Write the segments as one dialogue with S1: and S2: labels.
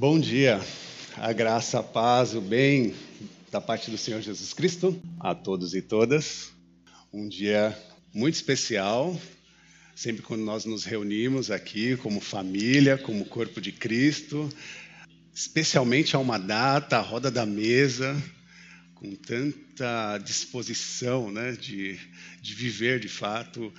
S1: Bom dia, a graça, a paz, o bem da parte do Senhor Jesus Cristo a todos e todas. Um dia muito especial, sempre quando nós nos reunimos aqui como família, como corpo de Cristo, especialmente a uma data, a roda da mesa, com tanta disposição, né, de viver de fato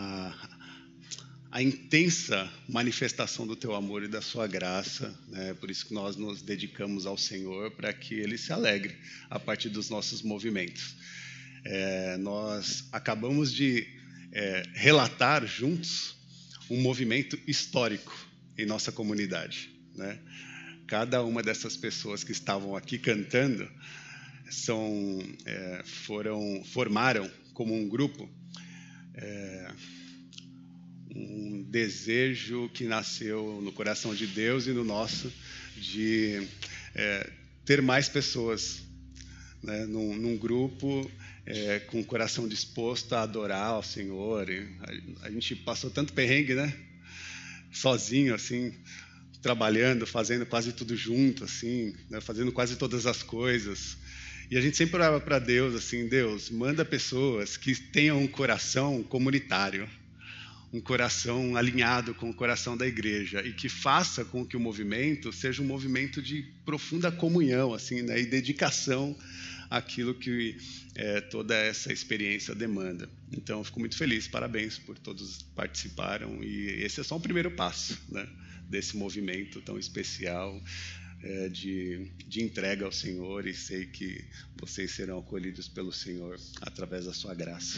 S1: a intensa manifestação do teu amor e da sua graça, né? Por isso que nós nos dedicamos ao Senhor, para que Ele se alegre a partir dos nossos movimentos. Nós acabamos de relatar juntos um movimento histórico em nossa comunidade, né? Cada uma dessas pessoas que estavam aqui cantando formaram como um grupo um desejo que nasceu no coração de Deus e no nosso de ter mais pessoas, né, num grupo com o coração disposto a adorar ao Senhor. E a gente passou tanto perrengue, né? Sozinho, assim, trabalhando, fazendo quase tudo junto, assim, né, fazendo quase todas as coisas. E a gente sempre orava para Deus, assim, Deus, manda pessoas que tenham um coração comunitário, um coração alinhado com o coração da igreja e que faça com que o movimento seja um movimento de profunda comunhão, assim, né, e dedicação àquilo que toda essa experiência demanda. Então, eu fico muito feliz, parabéns por todos que participaram, e esse é só o primeiro passo, né, desse movimento tão especial de entrega ao Senhor, e sei que vocês serão acolhidos pelo Senhor através da sua graça.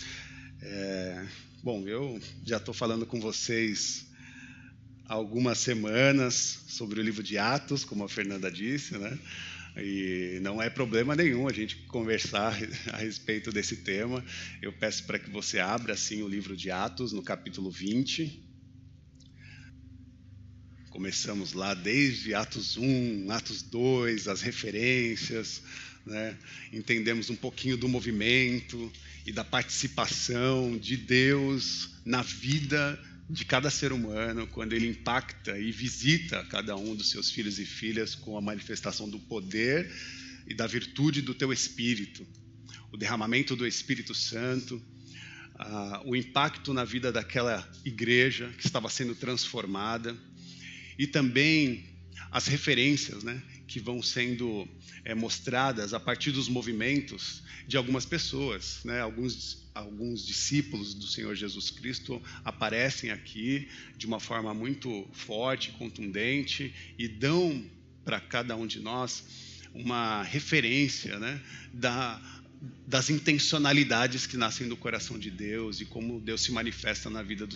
S1: Bom, eu já estou falando com vocês há algumas semanas sobre o livro de Atos, como a Fernanda disse, né? E não é problema nenhum a gente conversar a respeito desse tema. Eu peço para que você abra, assim, o livro de Atos, no capítulo 20. Começamos lá desde Atos 1, Atos 2, as referências, né? Entendemos um pouquinho do movimento e da participação de Deus na vida de cada ser humano, quando Ele impacta e visita cada um dos seus filhos e filhas com a manifestação do poder e da virtude do teu Espírito, o derramamento do Espírito Santo, o impacto na vida daquela igreja que estava sendo transformada, e também as referências, né, que vão sendo mostradas a partir dos movimentos de algumas pessoas, né? Alguns discípulos do Senhor Jesus Cristo aparecem aqui de uma forma muito forte, contundente, e dão para cada um de nós uma referência, né, das intencionalidades que nascem do coração de Deus e como Deus se manifesta na vida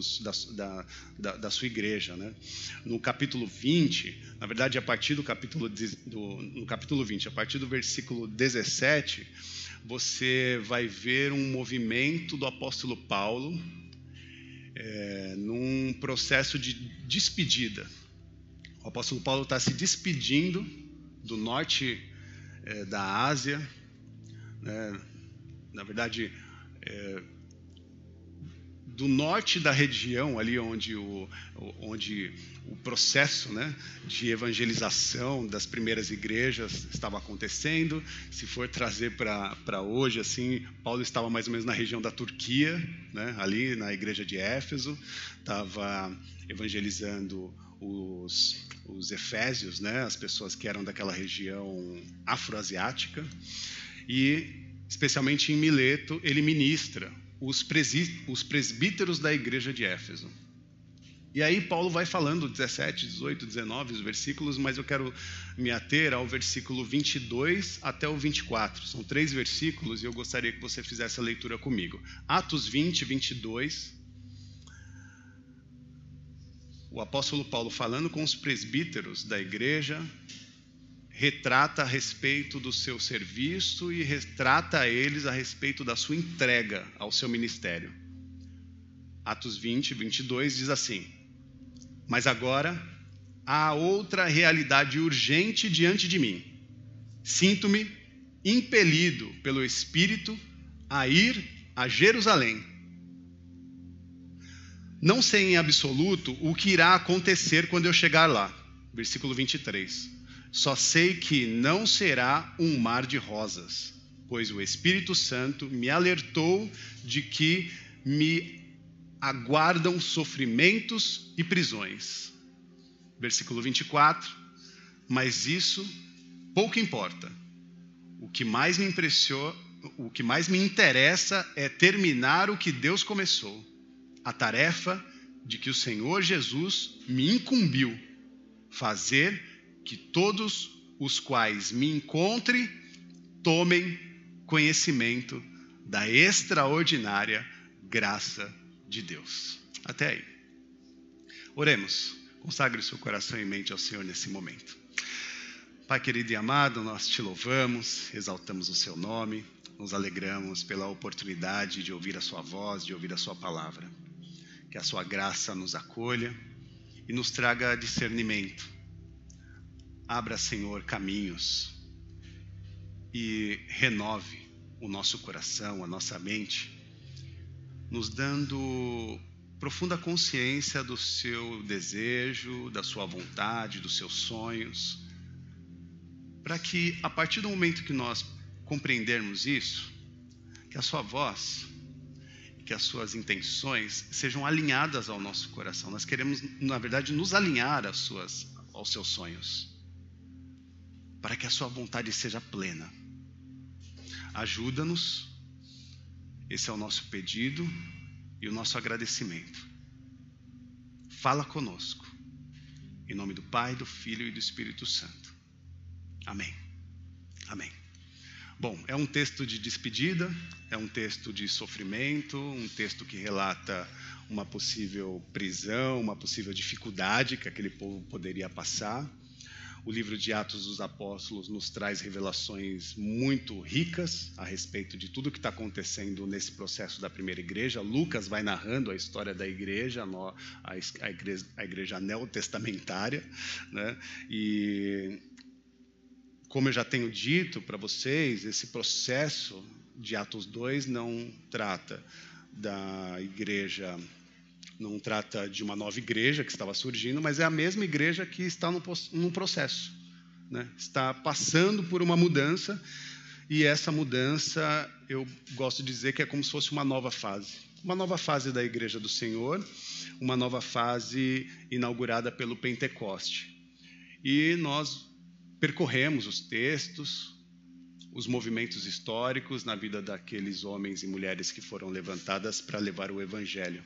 S1: da sua igreja, né? No capítulo 20, na verdade, a partir do capítulo 20, a partir do versículo 17, você vai ver um movimento do apóstolo Paulo num processo de despedida. O apóstolo Paulo está se despedindo do norte da Ásia, na verdade, do norte da região, ali onde o processo, né, de evangelização das primeiras igrejas estava acontecendo. Se for trazer para hoje, assim, Paulo estava mais ou menos na região da Turquia, né, ali na igreja de Éfeso, estava evangelizando os efésios, né, as pessoas que eram daquela região afroasiática. E, especialmente em Mileto, ele ministra os presbíteros da igreja de Éfeso. E aí Paulo vai falando 17, 18, 19, os versículos, mas eu quero me ater ao versículo 22 até o 24. São 3 versículos e eu gostaria que você fizesse a leitura comigo. Atos 20, 22. O apóstolo Paulo, falando com os presbíteros da igreja, retrata a respeito do seu serviço e retrata a eles a respeito da sua entrega ao seu ministério. Atos 20, 22 diz assim: mas agora há outra realidade urgente diante de mim. Sinto-me impelido pelo Espírito a ir a Jerusalém. Não sei em absoluto o que irá acontecer quando eu chegar lá, versículo 23. Só sei que não será um mar de rosas, pois o Espírito Santo me alertou de que me aguardam sofrimentos e prisões. Versículo 24. Mas isso pouco importa. O que mais me interessa é terminar o que Deus começou, a tarefa de que o Senhor Jesus me incumbiu, fazer que todos os quais me encontre tomem conhecimento da extraordinária graça de Deus. Até aí. Oremos. Consagre seu coração e mente ao Senhor nesse momento. Pai querido e amado, nós te louvamos, exaltamos o seu nome, nos alegramos pela oportunidade de ouvir a sua voz, de ouvir a sua palavra. Que a sua graça nos acolha e nos traga discernimento. Abra, Senhor, caminhos e renove o nosso coração, a nossa mente, nos dando profunda consciência do seu desejo, da sua vontade, dos seus sonhos, para que, a partir do momento que nós compreendermos isso, que a sua voz, que as suas intenções sejam alinhadas ao nosso coração. Nós queremos, na verdade, nos alinhar aos seus sonhos, para que a sua vontade seja plena. Ajuda-nos, esse é o nosso pedido e o nosso agradecimento. Fala conosco, em nome do Pai, do Filho e do Espírito Santo. Amém. Amém. Bom, é um texto de despedida, é um texto de sofrimento, um texto que relata uma possível prisão, uma possível dificuldade que aquele povo poderia passar. O livro de Atos dos Apóstolos nos traz revelações muito ricas a respeito de tudo que está acontecendo nesse processo da primeira igreja. Lucas vai narrando a história da igreja, a igreja neotestamentária, né? E como eu já tenho dito para vocês, esse processo de Atos 2 não trata da igreja, não trata de uma nova igreja que estava surgindo, mas é a mesma igreja que está num processo, né? Está passando por uma mudança, e essa mudança, eu gosto de dizer que é como se fosse uma nova fase da igreja do Senhor, uma nova fase inaugurada pelo Pentecoste. E nós percorremos os textos, os movimentos históricos na vida daqueles homens e mulheres que foram levantadas para levar o Evangelho.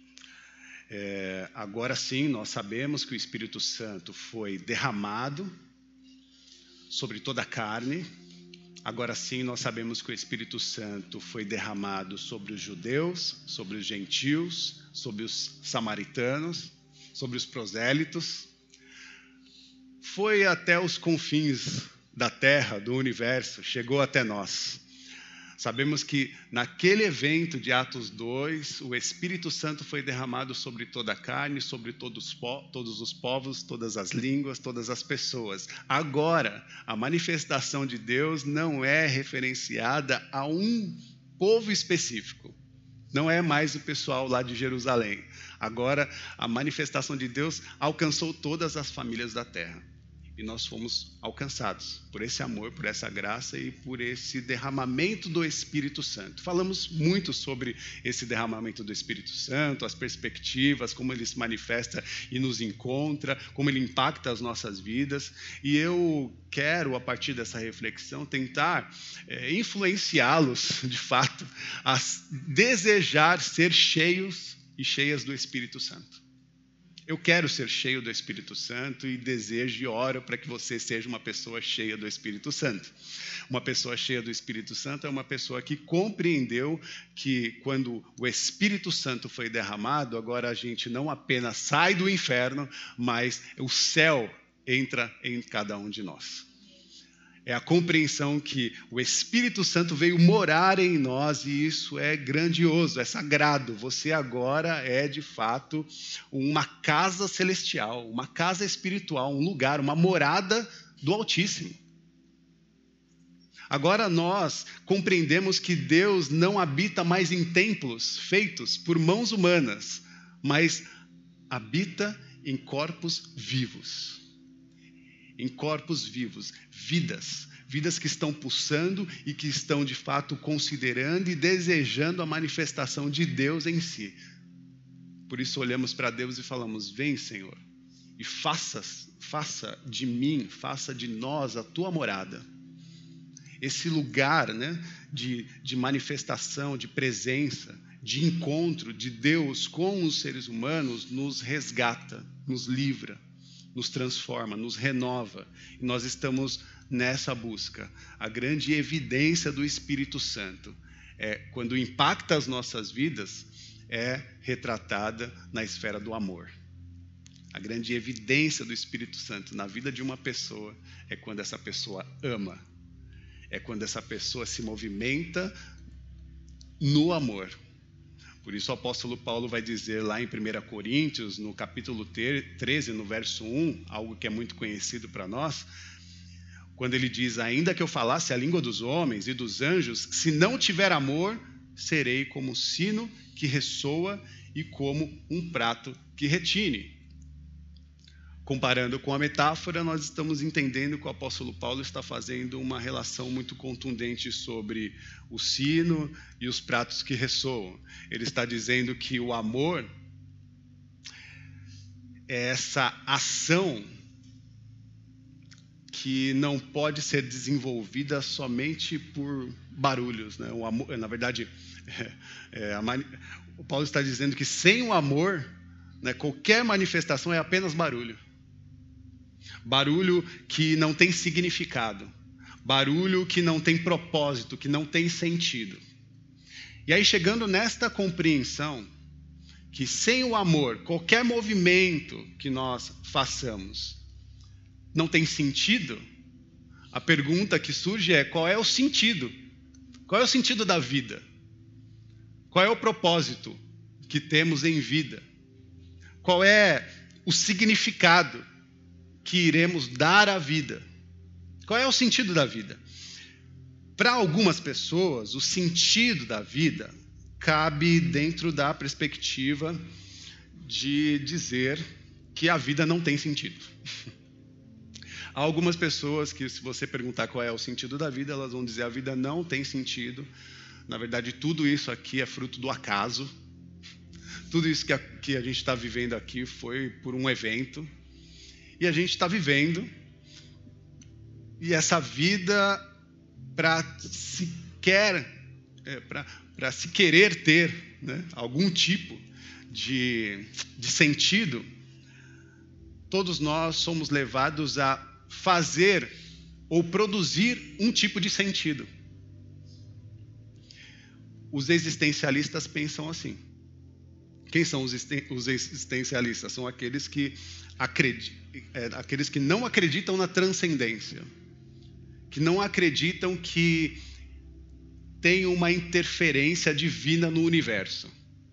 S1: Agora sim, nós sabemos que o Espírito Santo foi derramado sobre toda a carne. Agora sim, nós sabemos que o Espírito Santo foi derramado sobre os judeus, sobre os gentios, sobre os samaritanos, sobre os prosélitos. Foi até os confins da terra, do universo, chegou até nós. Sabemos que naquele evento de Atos 2, o Espírito Santo foi derramado sobre toda a carne, sobre todos os povos, todas as línguas, todas as pessoas. Agora, a manifestação de Deus não é referenciada a um povo específico. Não é mais o pessoal lá de Jerusalém. Agora, a manifestação de Deus alcançou todas as famílias da terra. E nós fomos alcançados por esse amor, por essa graça e por esse derramamento do Espírito Santo. Falamos muito sobre esse derramamento do Espírito Santo, as perspectivas, como ele se manifesta e nos encontra, como ele impacta as nossas vidas. E eu quero, a partir dessa reflexão, tentar influenciá-los, de fato, a desejar ser cheios e cheias do Espírito Santo. Eu quero ser cheio do Espírito Santo e desejo e oro para que você seja uma pessoa cheia do Espírito Santo. Uma pessoa cheia do Espírito Santo é uma pessoa que compreendeu que quando o Espírito Santo foi derramado, agora a gente não apenas sai do inferno, mas o céu entra em cada um de nós. É a compreensão que o Espírito Santo veio morar em nós, e isso é grandioso, é sagrado. Você agora é, de fato, uma casa celestial, uma casa espiritual, um lugar, uma morada do Altíssimo. Agora nós compreendemos que Deus não habita mais em templos feitos por mãos humanas, mas habita em corpos vivos. em corpos vivos, vidas que estão pulsando e que estão de fato considerando e desejando a manifestação de Deus em si. Por isso olhamos para Deus e falamos: vem, Senhor, e faça de mim, faça de nós a tua morada. Esse lugar, né, de manifestação, de presença, de encontro de Deus com os seres humanos nos resgata, nos livra, nos transforma, nos renova. E nós estamos nessa busca. A grande evidência do Espírito Santo quando impacta as nossas vidas, é retratada na esfera do amor. A grande evidência do Espírito Santo na vida de uma pessoa é quando essa pessoa ama. É quando essa pessoa se movimenta no amor. Por isso o apóstolo Paulo vai dizer lá em 1 Coríntios, no capítulo 13, no verso 1, algo que é muito conhecido para nós, quando ele diz: ainda que eu falasse a língua dos homens e dos anjos, se não tiver amor, serei como um sino que ressoa e como um prato que retine. Comparando com a metáfora, nós estamos entendendo que o apóstolo Paulo está fazendo uma relação muito contundente sobre o sino e os pratos que ressoam. Ele está dizendo que o amor é essa ação que não pode ser desenvolvida somente por barulhos, né? O amor, na verdade, o Paulo está dizendo que sem o amor, né, qualquer manifestação é apenas barulho. Barulho que não tem significado, barulho que não tem propósito, que não tem sentido. E aí, chegando nesta compreensão, que sem o amor, qualquer movimento que nós façamos não tem sentido, a pergunta que surge é: qual é o sentido? Qual é o sentido da vida? Qual é o propósito que temos em vida? Qual é o significado que iremos dar à vida? Qual é o sentido da vida? Para algumas pessoas, o sentido da vida cabe dentro da perspectiva de dizer que a vida não tem sentido. Há algumas pessoas que, se você perguntar qual é o sentido da vida, elas vão dizer: a vida não tem sentido. Na verdade, tudo isso aqui é fruto do acaso. Tudo isso que a gente está vivendo aqui foi por um evento. E a gente está vivendo, e essa vida, para se querer ter, né, algum tipo de sentido, todos nós somos levados a fazer ou produzir um tipo de sentido. Os existencialistas pensam assim. Quem são os existencialistas? São aqueles que não acreditam na transcendência, que não acreditam que tem uma interferência divina no universo.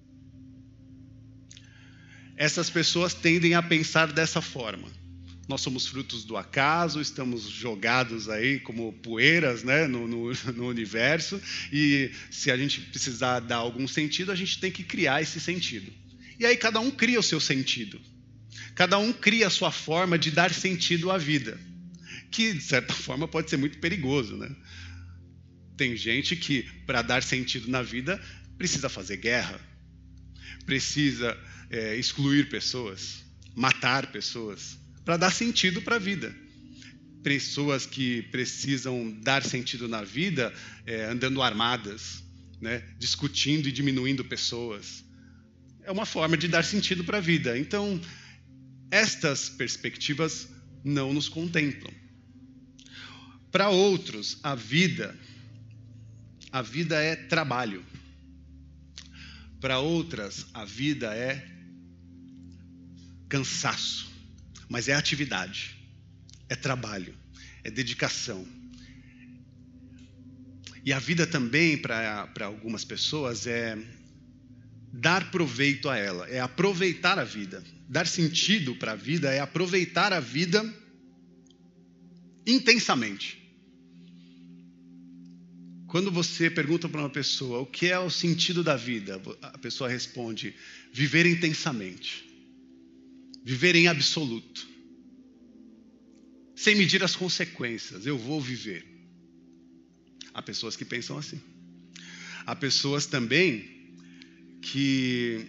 S1: Essas pessoas tendem a pensar dessa forma: nós somos frutos do acaso, estamos jogados aí como poeiras, né, no universo, e se a gente precisar dar algum sentido, a gente tem que criar esse sentido. E aí cada um cria o seu sentido. Cada um cria a sua forma de dar sentido à vida, que, de certa forma, pode ser muito perigoso, né? Tem gente que, para dar sentido na vida, precisa fazer guerra, precisa excluir pessoas, matar pessoas, para dar sentido para a vida. Pessoas que precisam dar sentido na vida andando armadas, né? Discutindo e diminuindo pessoas. É uma forma de dar sentido para a vida. Então, estas perspectivas não nos contemplam. Para outros, a vida é trabalho. Para outras, a vida é cansaço, mas é atividade, é trabalho, é dedicação. E a vida também, para algumas pessoas, é dar proveito a ela, é aproveitar a vida. Dar sentido para a vida é aproveitar a vida intensamente. Quando você pergunta para uma pessoa o que é o sentido da vida, a pessoa responde: viver intensamente, viver em absoluto, sem medir as consequências. Eu vou viver. Há pessoas que pensam assim. Há pessoas também que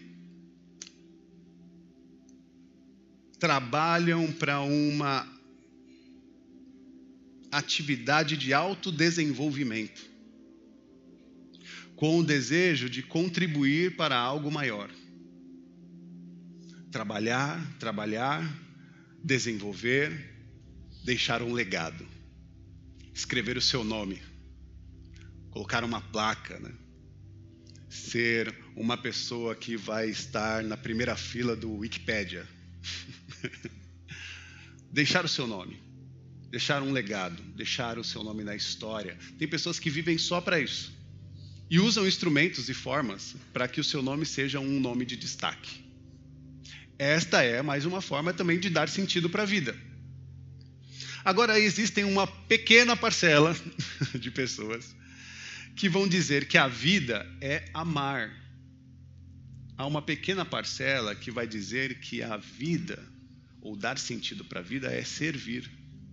S1: trabalham para uma atividade de autodesenvolvimento, com o desejo de contribuir para algo maior. Trabalhar, desenvolver, deixar um legado, escrever o seu nome, colocar uma placa, né? Ser uma pessoa que vai estar na primeira fila do Wikipédia. Deixar o seu nome, deixar um legado, deixar o seu nome na história. Tem pessoas que vivem só para isso e usam instrumentos e formas para que o seu nome seja um nome de destaque. Esta é mais uma forma também de dar sentido para a vida. Agora, existem uma pequena parcela de pessoas que vão dizer que a vida é amar. Há uma pequena parcela que vai dizer que a vida, ou dar sentido para a vida, é servir.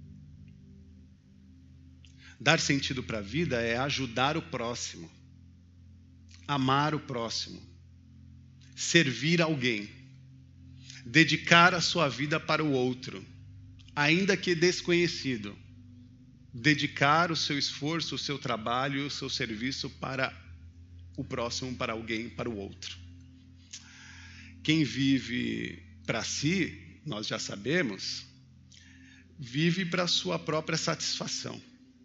S1: Dar sentido para a vida é ajudar o próximo, amar o próximo, servir alguém, dedicar a sua vida para o outro, ainda que desconhecido. Dedicar o seu esforço, o seu trabalho, o seu serviço para o próximo, para alguém, para o outro. Quem vive para si, nós já sabemos, vive para a sua própria satisfação.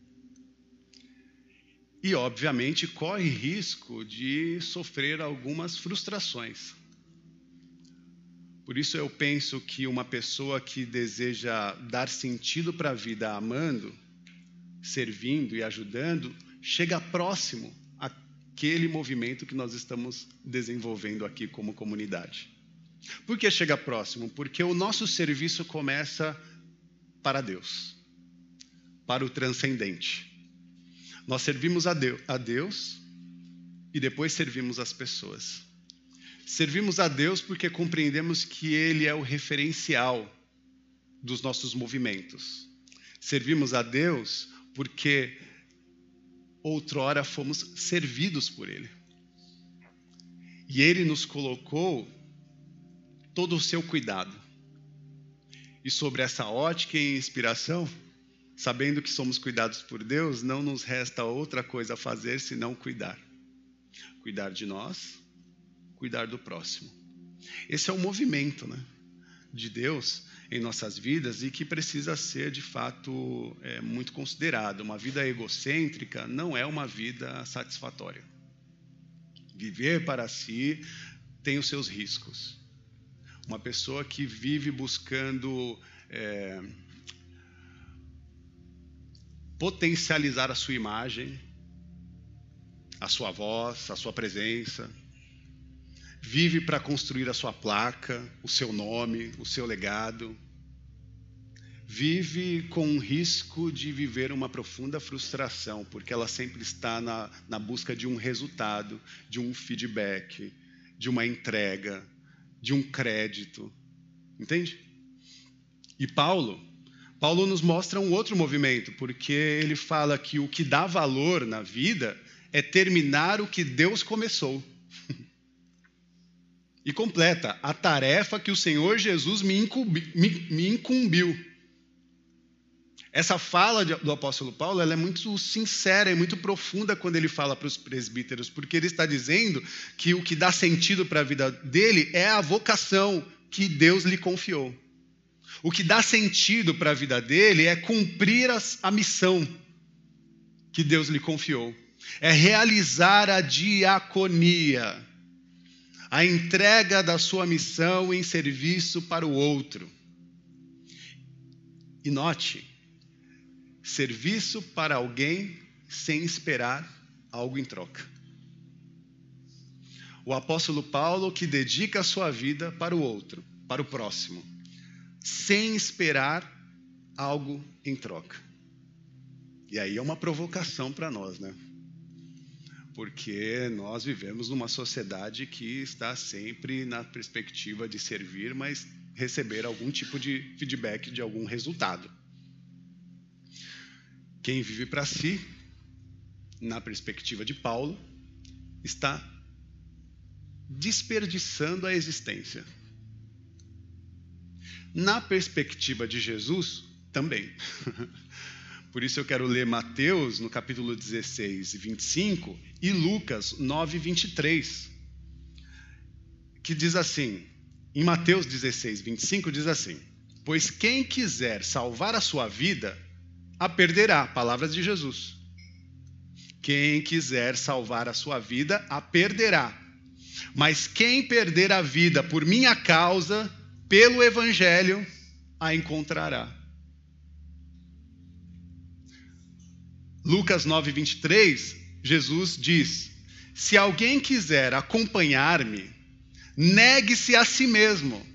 S1: E, obviamente, corre risco de sofrer algumas frustrações. Por isso eu penso que uma pessoa que deseja dar sentido para a vida amando, servindo e ajudando, chega próximo àquele movimento que nós estamos desenvolvendo aqui como comunidade. Por que chega próximo? Porque o nosso serviço começa para Deus, para o transcendente. Nós servimos a Deus e depois servimos as pessoas. Servimos a Deus porque compreendemos que Ele é o referencial dos nossos movimentos. Servimos a Deus porque outrora fomos servidos por Ele. E Ele nos colocou todo o seu cuidado. E sobre essa ótica e inspiração, sabendo que somos cuidados por Deus, não nos resta outra coisa a fazer senão cuidar. Cuidar de nós, cuidar do próximo. Esse é o movimento, né, de Deus em nossas vidas e que precisa ser, de fato, muito considerado. Uma vida egocêntrica não é uma vida satisfatória. Viver para si tem os seus riscos. Uma pessoa que vive buscando potencializar a sua imagem, a sua voz, a sua presença, vive para construir a sua placa, o seu nome, o seu legado. Vive com o risco de viver uma profunda frustração, porque ela sempre está na busca de um resultado, de um feedback, de uma entrega, de um crédito. Entende? E Paulo nos mostra um outro movimento, porque ele fala que o que dá valor na vida é terminar o que Deus começou. E completa a tarefa que o Senhor Jesus me incumbiu. Essa fala do apóstolo Paulo, ela é muito sincera e muito profunda quando ele fala para os presbíteros, porque ele está dizendo que o que dá sentido para a vida dele é a vocação que Deus lhe confiou. O que dá sentido para a vida dele é cumprir a missão que Deus lhe confiou. É realizar a diaconia, a entrega da sua missão em serviço para o outro. E note, serviço para alguém sem esperar algo em troca. O apóstolo Paulo que dedica a sua vida para o outro, para o próximo, sem esperar algo em troca. E aí é uma provocação para nós, né? Porque nós vivemos numa sociedade que está sempre na perspectiva de servir, mas receber algum tipo de feedback de algum resultado. Quem vive para si, na perspectiva de Paulo, está desperdiçando a existência. Na perspectiva de Jesus, também. Por isso eu quero ler Mateus, no capítulo 16, 25, e Lucas 9, 23, que diz assim, em Mateus 16, 25, diz assim: pois quem quiser salvar a sua vida, a perderá. Palavras de Jesus. Quem quiser salvar a sua vida, a perderá. Mas quem perder a vida por minha causa, pelo Evangelho, a encontrará. Lucas 9, 23, Jesus diz: se alguém quiser acompanhar-me, negue-se a si mesmo.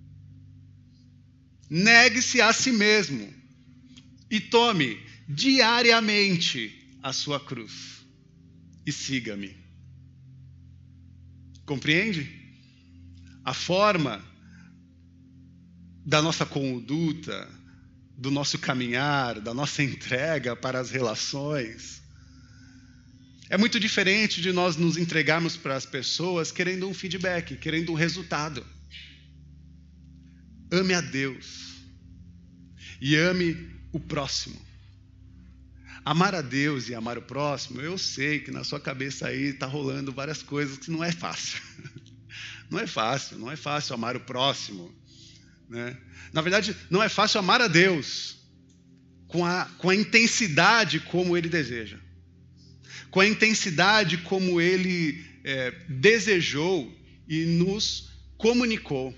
S1: Negue-se a si mesmo e tome diariamente a sua cruz e siga-me. Compreende? A forma da nossa conduta, do nosso caminhar, da nossa entrega para as relações, é muito diferente de nós nos entregarmos para as pessoas querendo um feedback, querendo um resultado. Ame a Deus e ame o próximo. Amar a Deus e amar o próximo, eu sei que na sua cabeça aí está rolando várias coisas que não é fácil. Não é fácil amar o próximo, né? Na verdade, não é fácil amar a Deus com a intensidade como Ele deseja, com a intensidade como Ele desejou e nos comunicou.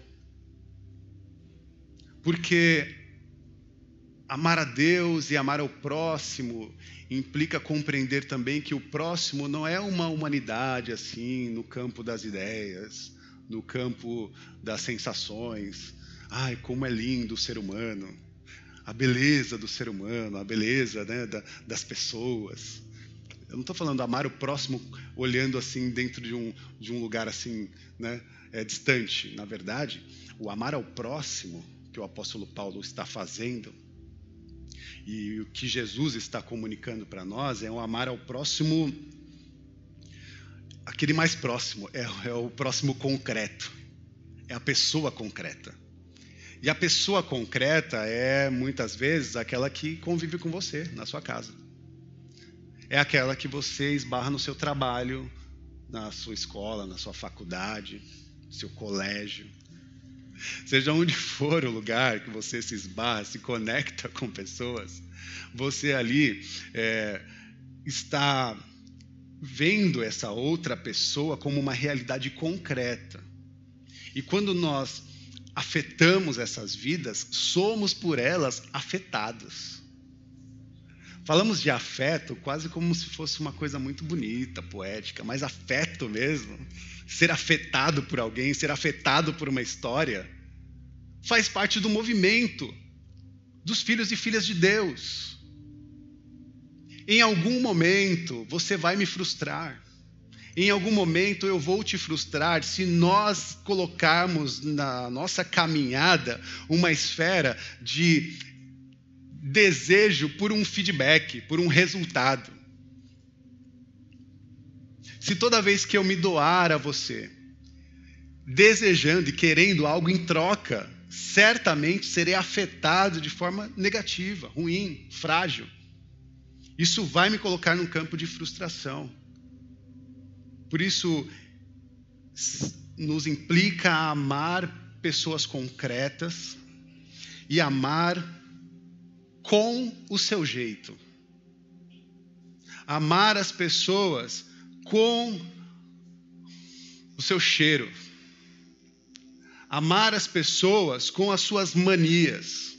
S1: Porque amar a Deus e amar ao próximo implica compreender também que o próximo não é uma humanidade assim, no campo das ideias, no campo das sensações. Ai, como é lindo o ser humano, a beleza do ser humano, a beleza, né, das pessoas. Eu não estou falando amar o próximo olhando assim dentro de um lugar assim, né, distante. Na verdade, o amar ao próximo que o apóstolo Paulo está fazendo e o que Jesus está comunicando para nós é um amar ao próximo, aquele mais próximo, é o próximo concreto, é a pessoa concreta. E a pessoa concreta é muitas vezes aquela que convive com você na sua casa. É aquela que você esbarra no seu trabalho, na sua escola, na sua faculdade, no seu colégio. Seja onde for o lugar que você se esbarra, se conecta com pessoas, você ali está vendo essa outra pessoa como uma realidade concreta. E quando nós afetamos essas vidas, somos por elas afetados. Falamos de afeto quase como se fosse uma coisa muito bonita, poética, mas afeto mesmo, ser afetado por alguém, ser afetado por uma história, faz parte do movimento dos filhos e filhas de Deus. Em algum momento você vai me frustrar. Em algum momento eu vou te frustrar se nós colocarmos na nossa caminhada uma esfera de desejo por um feedback, por um resultado. Se toda vez que eu me doar a você, desejando e querendo algo em troca, certamente serei afetado de forma negativa, ruim, frágil. Isso vai me colocar num campo de frustração. Por isso, nos implica a amar pessoas concretas e amar com o seu jeito. Amar as pessoas com o seu cheiro. Amar as pessoas com as suas manias,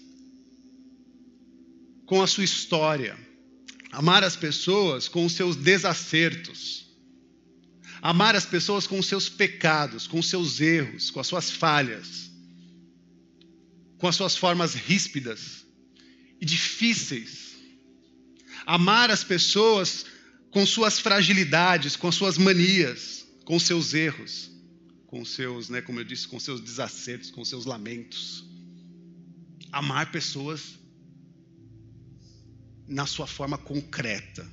S1: com a sua história. Amar as pessoas com os seus desacertos. Amar as pessoas com os seus pecados, com os seus erros, com as suas falhas, com as suas formas ríspidas e difíceis. Amar as pessoas com suas fragilidades, com as suas manias, com os seus erros, com os seus, como eu disse, com os seus desacertos, com os seus lamentos. Amar pessoas na sua forma concreta.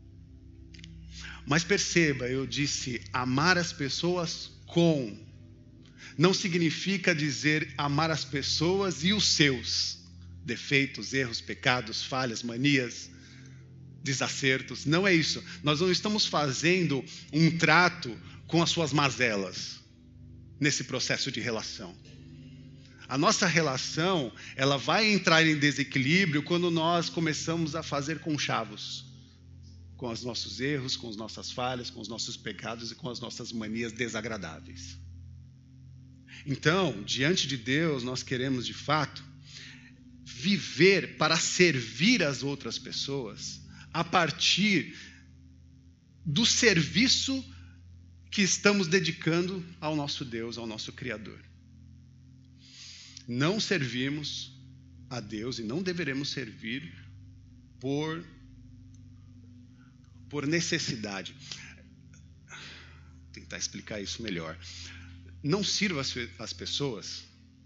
S1: Mas perceba, eu disse amar as pessoas com. Não significa dizer amar as pessoas e os seus defeitos, erros, pecados, falhas, manias, desacertos. Não é isso. Nós não estamos fazendo um trato com as suas mazelas nesse processo de relação. A nossa relação, ela vai entrar em desequilíbrio quando nós começamos a fazer conchavos com os nossos erros, com as nossas falhas, com os nossos pecados e com as nossas manias desagradáveis. Então, diante de Deus, nós queremos, de fato, viver para servir as outras pessoas a partir do serviço que estamos dedicando ao nosso Deus, ao nosso Criador. Não servimos a Deus e não deveremos servir por necessidade. Vou tentar explicar isso melhor. Não sirva as pessoas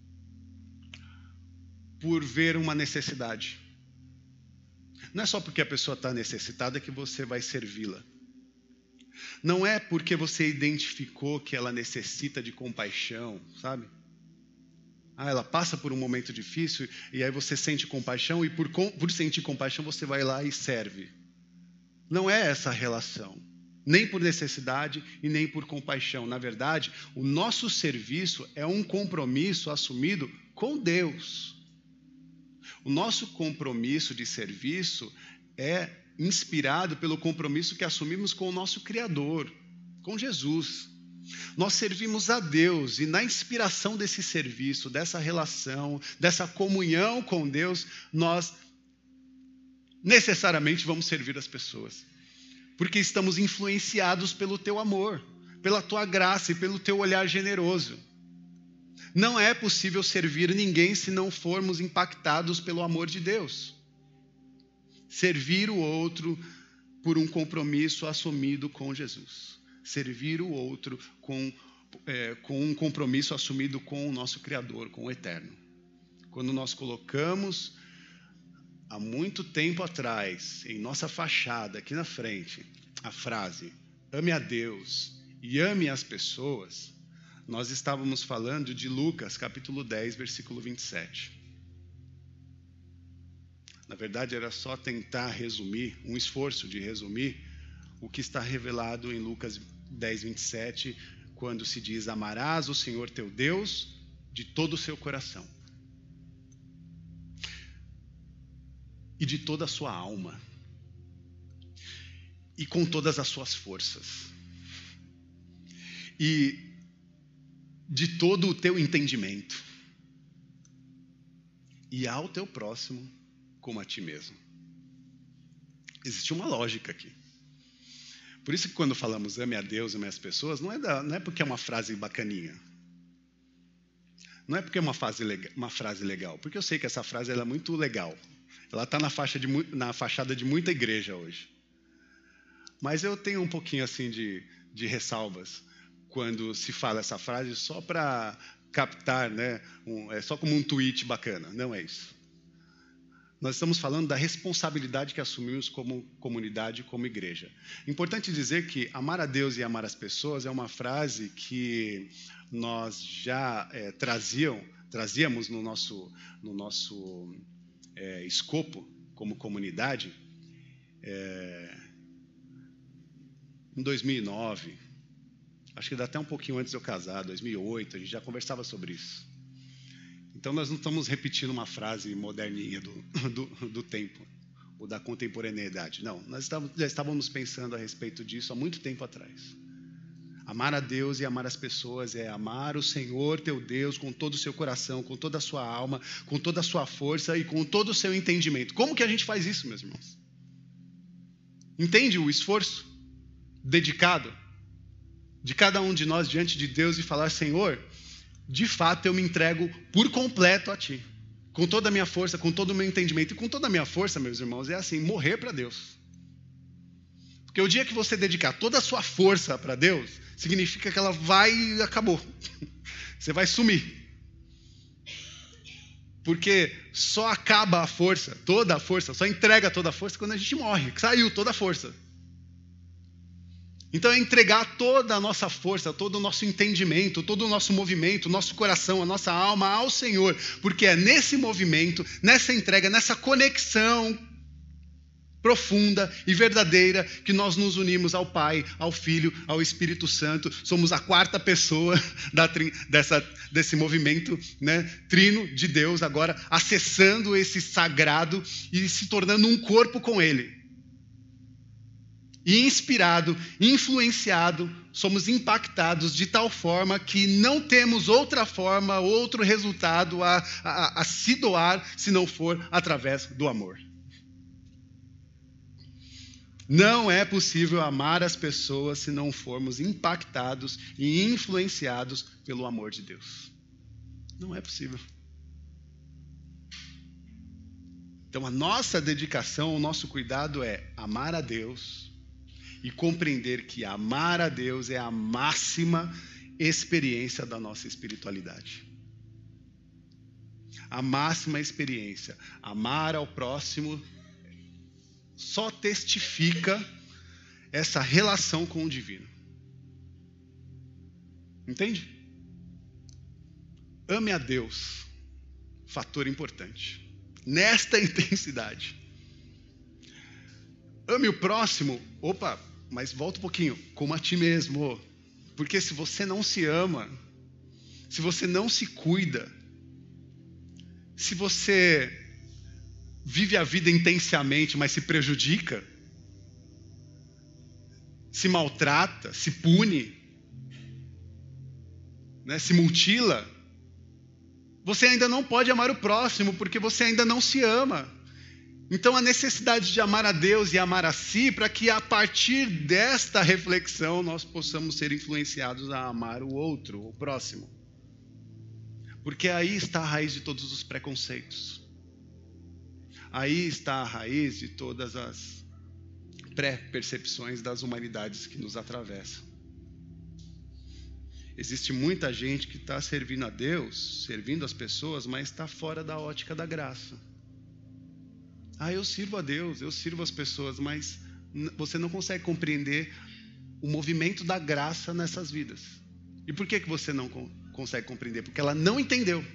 S1: por ver uma necessidade. Não é só porque a pessoa está necessitada que você vai servi-la. Não é porque você identificou que ela necessita de compaixão, sabe? Ela passa por um momento difícil e aí você sente compaixão e por sentir compaixão você vai lá e serve. Não é essa a relação. Nem por necessidade e nem por compaixão. Na verdade, o nosso serviço é um compromisso assumido com Deus. O nosso compromisso de serviço é inspirado pelo compromisso que assumimos com o nosso Criador, com Jesus. Nós servimos a Deus e na inspiração desse serviço, dessa relação, dessa comunhão com Deus, nós necessariamente vamos servir as pessoas. Porque estamos influenciados pelo teu amor, pela tua graça e pelo teu olhar generoso. Não é possível servir ninguém se não formos impactados pelo amor de Deus. Servir o outro por um compromisso assumido com Jesus. Servir o outro com um compromisso assumido com o nosso Criador, com o Eterno. Quando nós colocamos, há muito tempo atrás, em nossa fachada, aqui na frente, a frase, ame a Deus e ame as pessoas, nós estávamos falando de Lucas, capítulo 10, versículo 27. Na verdade, era só tentar resumir, um esforço de resumir, o que está revelado em Lucas 10, 27, quando se diz, amarás o Senhor teu Deus de todo o seu coração. E de toda a sua alma. E com todas as suas forças. E de todo o teu entendimento. E ao teu próximo como a ti mesmo. Existe uma lógica aqui. Por isso que quando falamos ame a Deus, ame as pessoas, não é porque é uma frase bacaninha. Não é porque é uma frase legal. Porque eu sei que essa frase ela é muito legal. Ela está na fachada de muita igreja hoje. Mas eu tenho um pouquinho assim de ressalvas quando se fala essa frase só para captar, né? É só como um tweet bacana. Não é isso. Nós estamos falando da responsabilidade que assumimos como comunidade, como igreja. Importante dizer que amar a Deus e amar as pessoas é uma frase que nós já trazíamos no nosso escopo como comunidade em 2009, acho que dá até um pouquinho antes de eu casar, 2008, a gente já conversava sobre isso. Então nós não estamos repetindo uma frase moderninha do tempo, ou da contemporaneidade. Não, nós já estávamos pensando a respeito disso há muito tempo atrás. Amar a Deus e amar as pessoas é amar o Senhor teu Deus com todo o seu coração, com toda a sua alma, com toda a sua força e com todo o seu entendimento. Como que a gente faz isso, meus irmãos? Entende o esforço dedicado de cada um de nós diante de Deus e falar, Senhor, de fato eu me entrego por completo a Ti, com toda a minha força, com todo o meu entendimento. E com toda a minha força, meus irmãos, é assim, morrer para Deus. Porque o dia que você dedicar toda a sua força para Deus, significa que ela vai e acabou. Você vai sumir. Porque só acaba a força, toda a força, só entrega toda a força quando a gente morre, saiu toda a força. Então é entregar toda a nossa força, todo o nosso entendimento, todo o nosso movimento, o nosso coração, a nossa alma ao Senhor, porque é nesse movimento, nessa entrega, nessa conexão profunda e verdadeira que nós nos unimos ao Pai, ao Filho, ao Espírito Santo. Somos a quarta pessoa desse movimento, né, trino de Deus, agora acessando esse sagrado e se tornando um corpo com Ele. E inspirado, influenciado, somos impactados de tal forma que não temos outra forma, outro resultado a se doar se não for através do amor. Não é possível amar as pessoas se não formos impactados e influenciados pelo amor de Deus. Não é possível. Então a nossa dedicação, o nosso cuidado é amar a Deus e compreender que amar a Deus é a máxima experiência da nossa espiritualidade. A máxima experiência. Amar ao próximo só testifica essa relação com o divino. Entende? Ame a Deus, fator importante. Nesta intensidade. Ame o próximo, mas volta um pouquinho, como a ti mesmo. Porque se você não se ama, se você não se cuida, se você vive a vida intensamente, mas se prejudica, se maltrata, se pune, né, se mutila, você ainda não pode amar o próximo, porque você ainda não se ama. Então a necessidade de amar a Deus e amar a si, para que a partir desta reflexão nós possamos ser influenciados a amar o outro, o próximo. Porque aí está a raiz de todos os preconceitos. Aí está a raiz de todas as pré-percepções das humanidades que nos atravessam. Existe muita gente que está servindo a Deus, servindo as pessoas, mas está fora da ótica da graça. Eu sirvo a Deus, eu sirvo as pessoas, mas você não consegue compreender o movimento da graça nessas vidas. E por que você não consegue compreender? Porque ela não entendeu.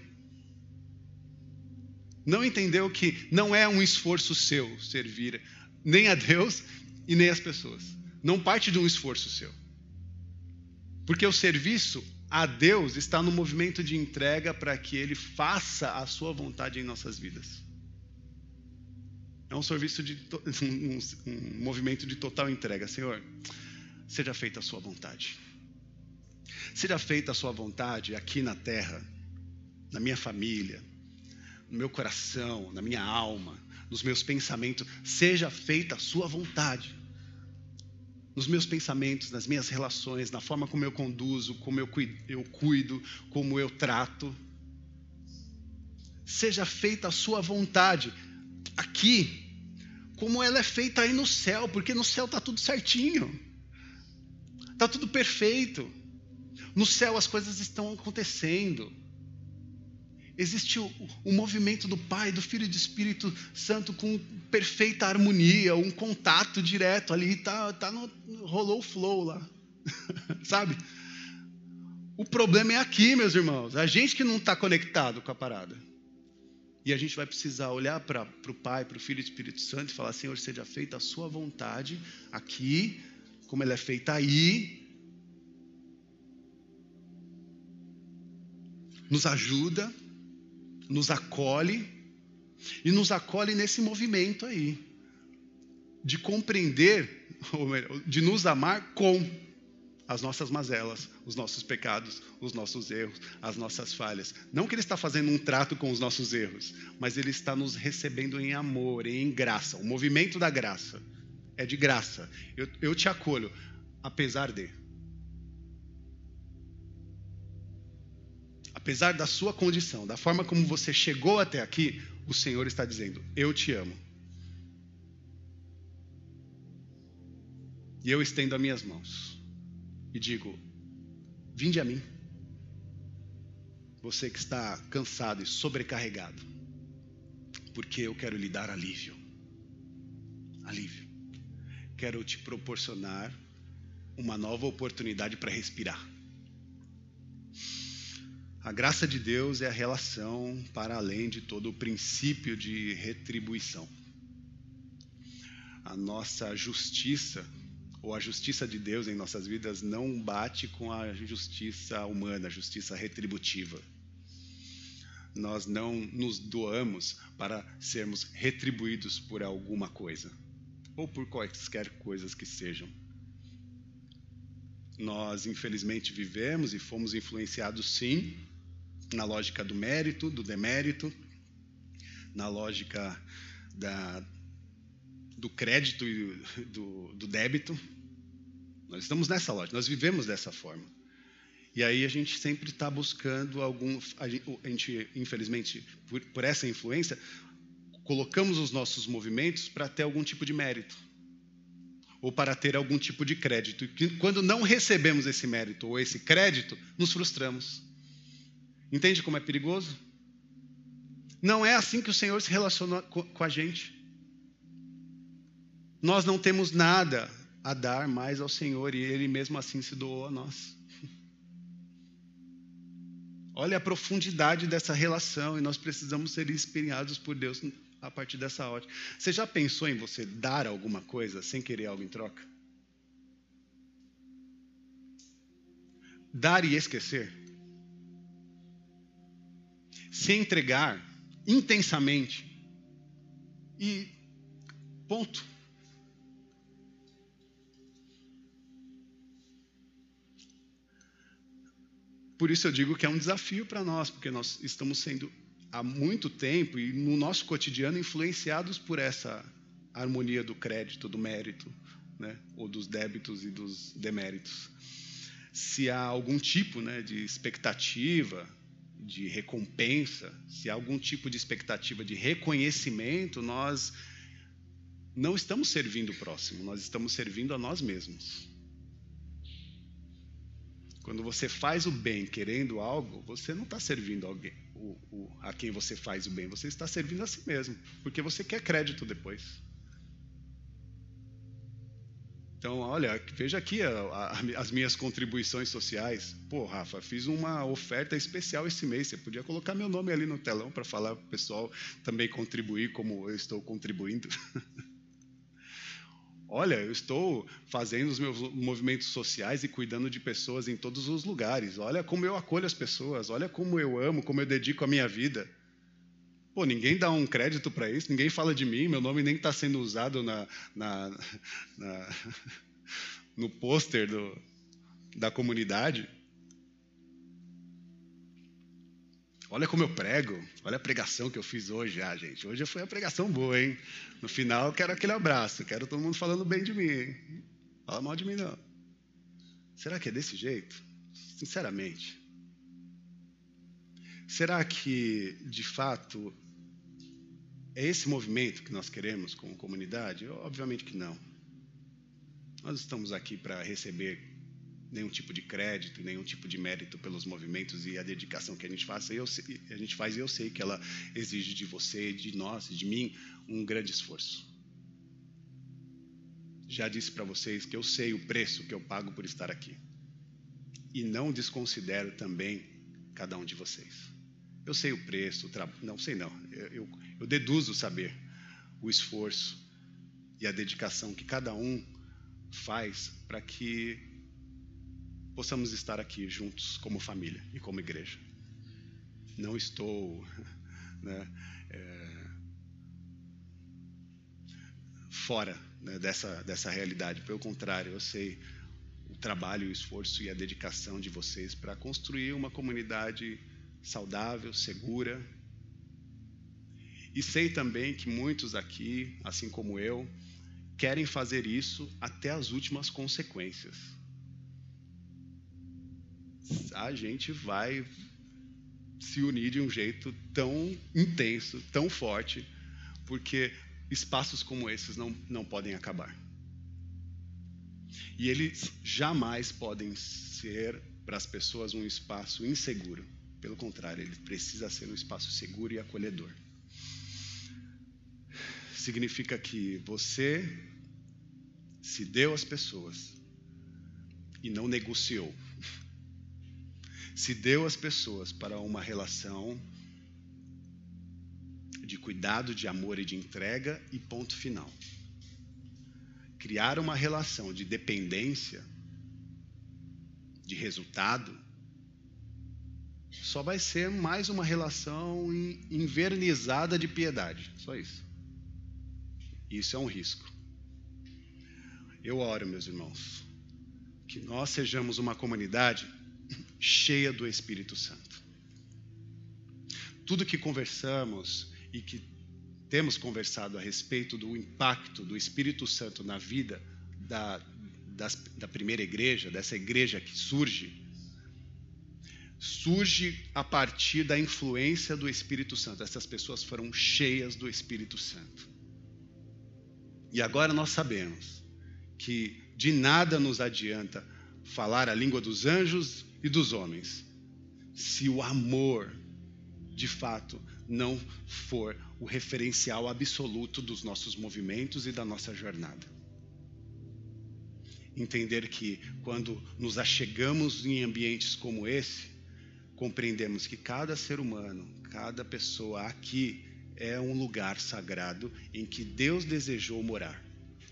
S1: Não entendeu que não é um esforço seu servir nem a Deus e nem as pessoas. Não parte de um esforço seu. Porque o serviço a Deus está no movimento de entrega para que Ele faça a sua vontade em nossas vidas. É um serviço um movimento de total entrega. Senhor, seja feita a sua vontade. Seja feita a sua vontade aqui na terra, na minha família, no meu coração, na minha alma, nos meus pensamentos. Seja feita a sua vontade. Nos meus pensamentos, nas minhas relações, na forma como eu conduzo, como eu cuido, como eu trato. Seja feita a sua vontade aqui, como ela é feita aí no céu, porque no céu está tudo certinho. Está tudo perfeito. No céu as coisas estão acontecendo. Existe o movimento do Pai, do Filho e do Espírito Santo com perfeita harmonia, um contato direto ali, rolou o flow lá, sabe? O problema é aqui, meus irmãos, a gente que não está conectado com a parada. E a gente vai precisar olhar para o Pai, para o Filho e do Espírito Santo e falar: Senhor, seja feita a sua vontade aqui, como ela é feita aí. Nos ajuda, nos acolhe, e nos acolhe nesse movimento aí, de compreender, ou melhor, de nos amar com as nossas mazelas, os nossos pecados, os nossos erros, as nossas falhas. Não que Ele está fazendo um trato com os nossos erros, mas Ele está nos recebendo em amor, em graça. O movimento da graça é de graça. Eu te acolho, apesar de. Apesar da sua condição, da forma como você chegou até aqui, o Senhor está dizendo: eu te amo. E eu estendo as minhas mãos e digo: vinde a mim. Você que está cansado e sobrecarregado, porque eu quero lhe dar alívio. Alívio. Quero te proporcionar uma nova oportunidade para respirar. A graça de Deus é a relação para além de todo o princípio de retribuição. A nossa justiça, ou a justiça de Deus em nossas vidas, não bate com a justiça humana, a justiça retributiva. Nós não nos doamos para sermos retribuídos por alguma coisa, ou por quaisquer coisas que sejam. Nós, infelizmente, vivemos e fomos influenciados, sim, na lógica do mérito, do demérito, na lógica do crédito e do débito. Nós estamos nessa lógica, nós vivemos dessa forma. E aí a gente sempre está buscando a gente, infelizmente, por essa influência, colocamos os nossos movimentos para ter algum tipo de mérito, ou para ter algum tipo de crédito. E quando não recebemos esse mérito ou esse crédito, nos frustramos. Entende como é perigoso? Não é assim que o Senhor se relaciona com a gente. Nós não temos nada a dar mais ao Senhor, e Ele mesmo assim se doou a nós. Olha a profundidade dessa relação, e nós precisamos ser inspirados por Deus a partir dessa ótica. Você já pensou em você dar alguma coisa sem querer algo em troca? Dar e esquecer? Se entregar intensamente e ponto. Por isso eu digo que é um desafio para nós, porque nós estamos sendo há muito tempo e no nosso cotidiano influenciados por essa harmonia do crédito, do mérito, né? Ou dos débitos e dos deméritos. Se há algum tipo, né, de expectativa, de recompensa, se há algum tipo de expectativa de reconhecimento, nós não estamos servindo o próximo, nós estamos servindo a nós mesmos. Quando você faz o bem querendo algo, você não está servindo alguém, a quem você faz o bem, você está servindo a si mesmo, porque você quer crédito depois. Então, olha, veja aqui as minhas contribuições sociais. Pô, Rafa, fiz uma oferta especial esse mês, você podia colocar meu nome ali no telão para falar para o pessoal também contribuir como eu estou contribuindo. Olha, eu estou fazendo os meus movimentos sociais e cuidando de pessoas em todos os lugares. Olha como eu acolho as pessoas. Olha como eu amo, como eu dedico a minha vida. Pô, ninguém dá um crédito para isso. Ninguém fala de mim. Meu nome nem está sendo usado no pôster da comunidade. Olha como eu prego. Olha a pregação que eu fiz hoje, gente. Hoje foi a pregação boa, hein? No final, eu quero aquele abraço. Quero todo mundo falando bem de mim, hein? Fala mal de mim, não. Será que é desse jeito? Sinceramente. Será que, de fato, é esse movimento que nós queremos como comunidade? Obviamente que não. Nós estamos aqui para receber nenhum tipo de crédito, nenhum tipo de mérito pelos movimentos e a dedicação que a gente faz. E eu sei que ela exige de você, de nós, de mim, um grande esforço. Já disse para vocês que eu sei o preço que eu pago por estar aqui. E não desconsidero também cada um de vocês. Eu sei o preço, não sei não, eu deduzo saber o esforço e a dedicação que cada um faz para que possamos estar aqui juntos como família e como igreja. Não estou, né, fora, né, dessa realidade. Pelo contrário, eu sei o trabalho, o esforço e a dedicação de vocês para construir uma comunidade saudável, segura. E sei também que muitos aqui, assim como eu, querem fazer isso até as últimas consequências. A gente vai se unir de um jeito tão intenso, tão forte, porque espaços como esses não podem acabar. E eles jamais podem ser para as pessoas um espaço inseguro. Pelo contrário, ele precisa ser um espaço seguro e acolhedor. significa que você se deu às pessoas e não negociou. Se deu às pessoas para uma relação de cuidado, de amor e de entrega e ponto final. Criar uma relação de dependência, de resultado, só vai ser mais uma relação invernizada de piedade. Só isso. Isso é um risco. Eu oro, meus irmãos, que nós sejamos uma comunidade cheia do Espírito Santo. Tudo que conversamos e que temos conversado a respeito do impacto do Espírito Santo na vida da primeira igreja, dessa igreja que surge a partir da influência do Espírito Santo. Essas pessoas foram cheias do Espírito Santo. E agora nós sabemos que de nada nos adianta falar a língua dos anjos e dos homens, se o amor, de fato, não for o referencial absoluto dos nossos movimentos e da nossa jornada. Entender que quando nos achegamos em ambientes como esse, compreendemos que cada ser humano, cada pessoa aqui é um lugar sagrado em que Deus desejou morar.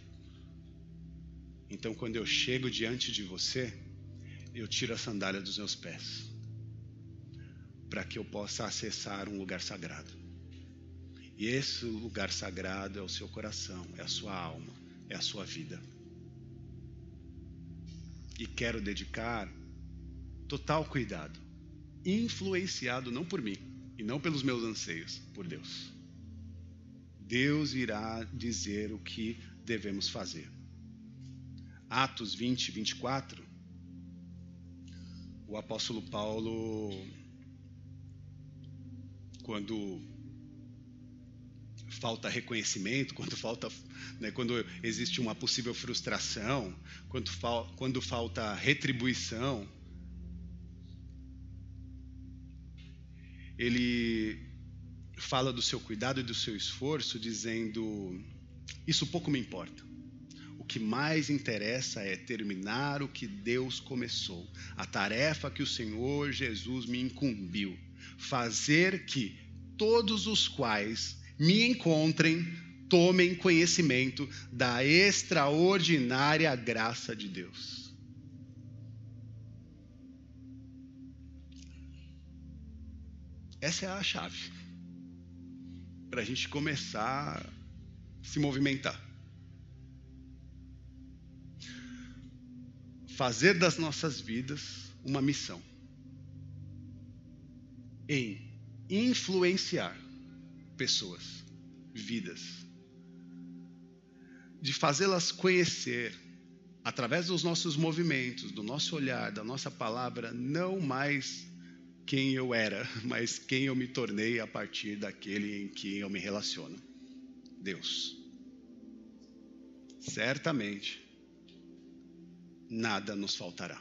S1: Então, quando eu chego diante de você, eu tiro a sandália dos meus pés, para que eu possa acessar um lugar sagrado. E esse lugar sagrado é o seu coração, é a sua alma, é a sua vida. E quero dedicar total cuidado, influenciado não por mim e não pelos meus anseios, por Deus. Deus irá dizer o que devemos fazer. Atos 20, 24, o apóstolo Paulo, quando falta reconhecimento, quando existe uma possível frustração, quando falta retribuição, ele fala do seu cuidado e do seu esforço, dizendo: isso pouco me importa. O que mais interessa é terminar o que Deus começou, a tarefa que o Senhor Jesus me incumbiu, fazer que todos os quais me encontrem tomem conhecimento da extraordinária graça de Deus. Essa é a chave para a gente começar a se movimentar. Fazer das nossas vidas uma missão em influenciar pessoas, vidas, de fazê-las conhecer, através dos nossos movimentos, do nosso olhar, da nossa palavra, não mais quem eu era, mas quem eu me tornei a partir daquele em que eu me relaciono, Deus. Certamente, nada nos faltará.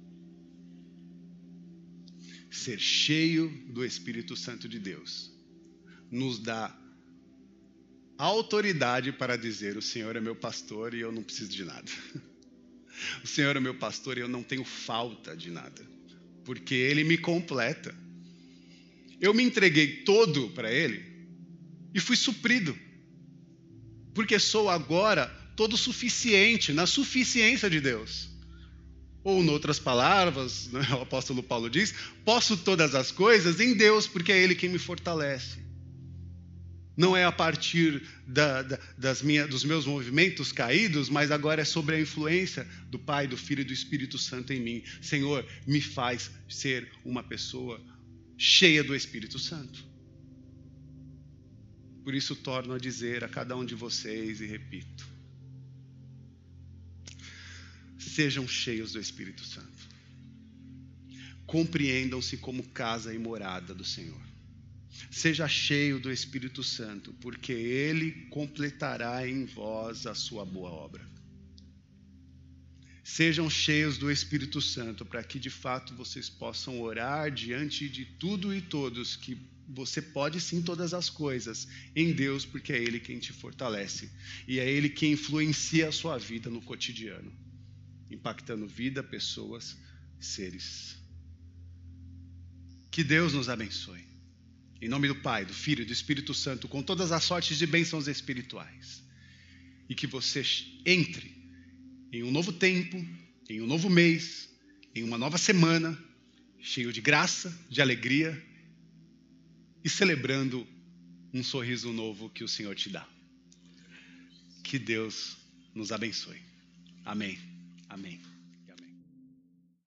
S1: Ser cheio do Espírito Santo de Deus nos dá autoridade para dizer: o Senhor é meu pastor e eu não preciso de nada. O Senhor é meu pastor e eu não tenho falta de nada, porque Ele me completa. Eu me entreguei todo para Ele e fui suprido, porque sou agora todo suficiente, na suficiência de Deus. Ou, em outras palavras, né, o apóstolo Paulo diz: posso todas as coisas em Deus, porque é Ele quem me fortalece. Não é a partir dos meus movimentos caídos, mas agora é sobre a influência do Pai, do Filho e do Espírito Santo em mim. Senhor, me faz ser uma pessoa cheia do Espírito Santo. Por isso torno a dizer a cada um de vocês e repito: sejam cheios do Espírito Santo. Compreendam-se como casa e morada do Senhor. Seja cheio do Espírito Santo, porque Ele completará em vós a sua boa obra. Sejam cheios do Espírito Santo, para que de fato vocês possam orar diante de tudo e todos que você pode sim todas as coisas em Deus, porque é Ele quem te fortalece. E é Ele quem influencia a sua vida no cotidiano, impactando vida, pessoas, seres. Que Deus nos abençoe. Em nome do Pai, do Filho e do Espírito Santo, com todas as sortes de bênçãos espirituais. E que você entre em um novo tempo, em um novo mês, em uma nova semana, cheio de graça, de alegria e celebrando um sorriso novo que o Senhor te dá. Que Deus nos abençoe. Amém. Amém.